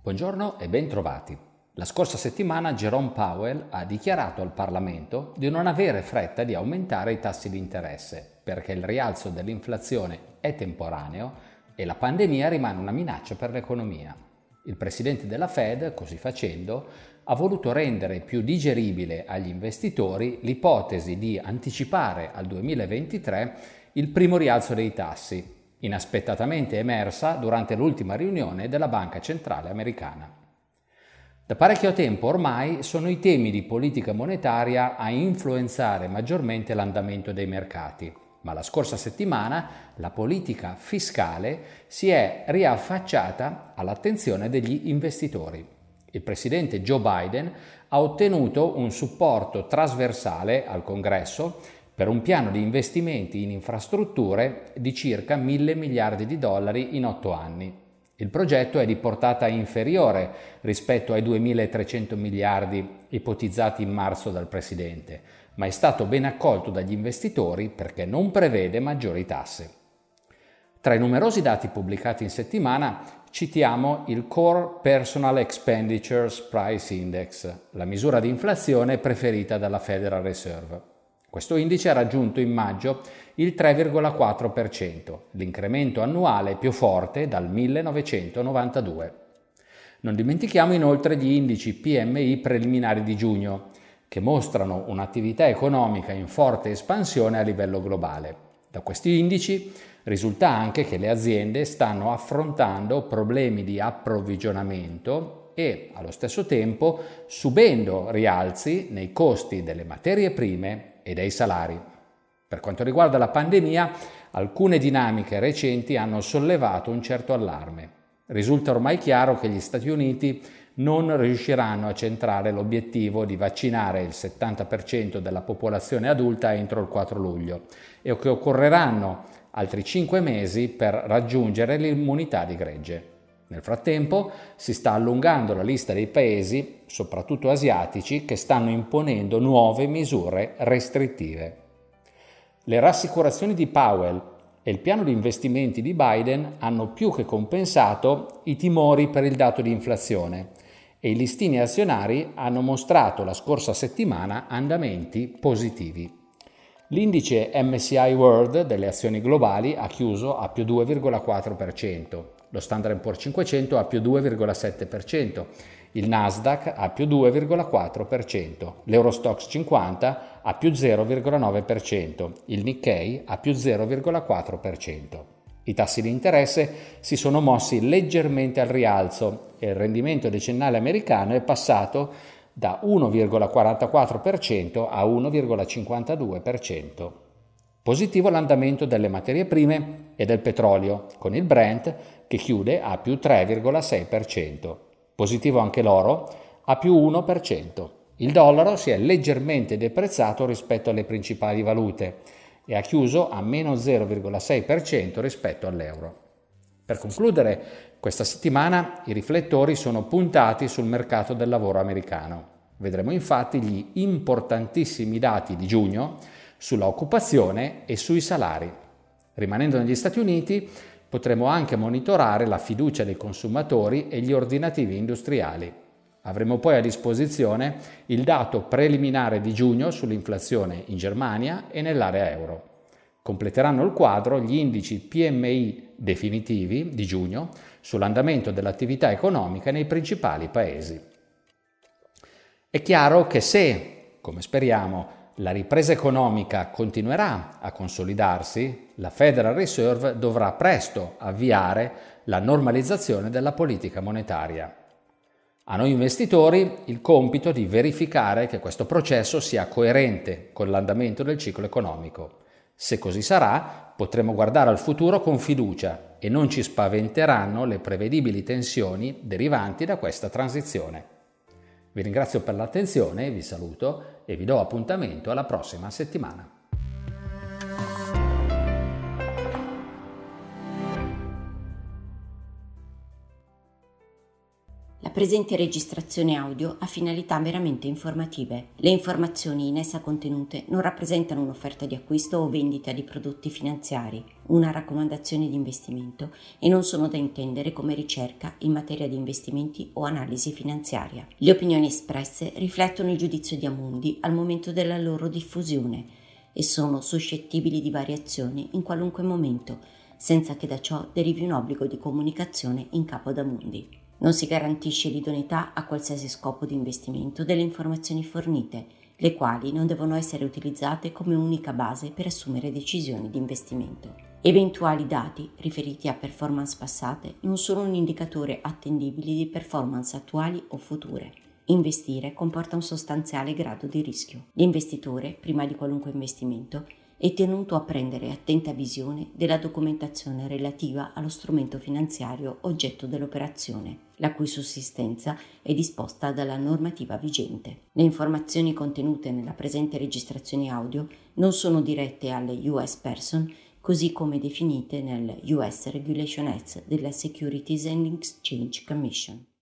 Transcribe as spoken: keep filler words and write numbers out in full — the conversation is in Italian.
Buongiorno e ben trovati. La scorsa settimana Jerome Powell ha dichiarato al Parlamento di non avere fretta di aumentare i tassi di interesse perché il rialzo dell'inflazione è temporaneo e la pandemia rimane una minaccia per l'economia. Il presidente della Fed, così facendo, ha voluto rendere più digeribile agli investitori l'ipotesi di anticipare al duemilaventitré il primo rialzo dei tassi, inaspettatamente emersa durante l'ultima riunione della Banca Centrale Americana. Da parecchio tempo ormai sono i temi di politica monetaria a influenzare maggiormente l'andamento dei mercati, ma la scorsa settimana la politica fiscale si è riaffacciata all'attenzione degli investitori. Il presidente Joe Biden ha ottenuto un supporto trasversale al Congresso per un piano di investimenti in infrastrutture di circa mille miliardi di dollari in otto anni. Il progetto è di portata inferiore rispetto ai duemilatrecento miliardi ipotizzati in marzo dal Presidente, ma è stato ben accolto dagli investitori perché non prevede maggiori tasse. Tra i numerosi dati pubblicati in settimana citiamo il Core Personal Expenditures Price Index, la misura di inflazione preferita dalla Federal Reserve. Questo indice ha raggiunto in maggio il tre virgola quattro per cento, l'incremento annuale più forte dal millenovecentonovantadue. Non dimentichiamo inoltre gli indici P M I preliminari di giugno, che mostrano un'attività economica in forte espansione a livello globale. Da questi indici risulta anche che le aziende stanno affrontando problemi di approvvigionamento e, allo stesso tempo, subendo rialzi nei costi delle materie prime e dei salari. Per quanto riguarda la pandemia, alcune dinamiche recenti hanno sollevato un certo allarme. Risulta ormai chiaro che gli Stati Uniti non riusciranno a centrare l'obiettivo di vaccinare il settanta per cento della popolazione adulta entro il quattro luglio e che occorreranno altri cinque mesi per raggiungere l'immunità di gregge. Nel frattempo si sta allungando la lista dei paesi, soprattutto asiatici, che stanno imponendo nuove misure restrittive. Le rassicurazioni di Powell e il piano di investimenti di Biden hanno più che compensato i timori per il dato di inflazione e i listini azionari hanno mostrato la scorsa settimana andamenti positivi. L'indice M S C I World delle azioni globali ha chiuso a più due virgola quattro per cento, lo Standard and Poor's cinquecento a più due virgola sette per cento, il Nasdaq a più due virgola quattro per cento, l'Eurostoxx cinquanta a più zero virgola nove per cento, il Nikkei a più zero virgola quattro per cento. I tassi di interesse si sono mossi leggermente al rialzo e il rendimento decennale americano è passato da uno virgola quarantaquattro per cento a uno virgola cinquantadue per cento. Positivo l'andamento delle materie prime e del petrolio, con il Brent che chiude a più tre virgola sei per cento. Positivo anche l'oro a più uno per cento. Il dollaro si è leggermente deprezzato rispetto alle principali valute e ha chiuso a meno zero virgola sei per cento rispetto all'euro. Per concludere, questa settimana i riflettori sono puntati sul mercato del lavoro americano. Vedremo infatti gli importantissimi dati di giugno sulla occupazione e sui salari. Rimanendo negli Stati Uniti, potremo anche monitorare la fiducia dei consumatori e gli ordinativi industriali. Avremo poi a disposizione il dato preliminare di giugno sull'inflazione in Germania e nell'area euro. Completeranno il quadro gli indici P M I definitivi di giugno sull'andamento dell'attività economica nei principali paesi. È chiaro che se, come speriamo, la ripresa economica continuerà a consolidarsi, la Federal Reserve dovrà presto avviare la normalizzazione della politica monetaria. A noi investitori il compito di verificare che questo processo sia coerente con l'andamento del ciclo economico. Se così sarà, potremo guardare al futuro con fiducia e non ci spaventeranno le prevedibili tensioni derivanti da questa transizione. Vi ringrazio per l'attenzione, vi saluto e vi do appuntamento alla prossima settimana. La presente registrazione audio ha finalità meramente informative. Le informazioni in essa contenute non rappresentano un'offerta di acquisto o vendita di prodotti finanziari, una raccomandazione di investimento e non sono da intendere come ricerca in materia di investimenti o analisi finanziaria. Le opinioni espresse riflettono il giudizio di Amundi al momento della loro diffusione e sono suscettibili di variazioni in qualunque momento, senza che da ciò derivi un obbligo di comunicazione in capo ad Amundi. Non si garantisce l'idoneità a qualsiasi scopo di investimento delle informazioni fornite, le quali non devono essere utilizzate come unica base per assumere decisioni di investimento. Eventuali dati riferiti a performance passate non sono un indicatore attendibile di performance attuali o future. Investire comporta un sostanziale grado di rischio. L'investitore, prima di qualunque investimento, è tenuto a prendere attenta visione della documentazione relativa allo strumento finanziario oggetto dell'operazione, la cui sussistenza è disposta dalla normativa vigente. Le informazioni contenute nella presente registrazione audio non sono dirette alle U S Person, così come definite nel U S Regulation Act della Securities and Exchange Commission.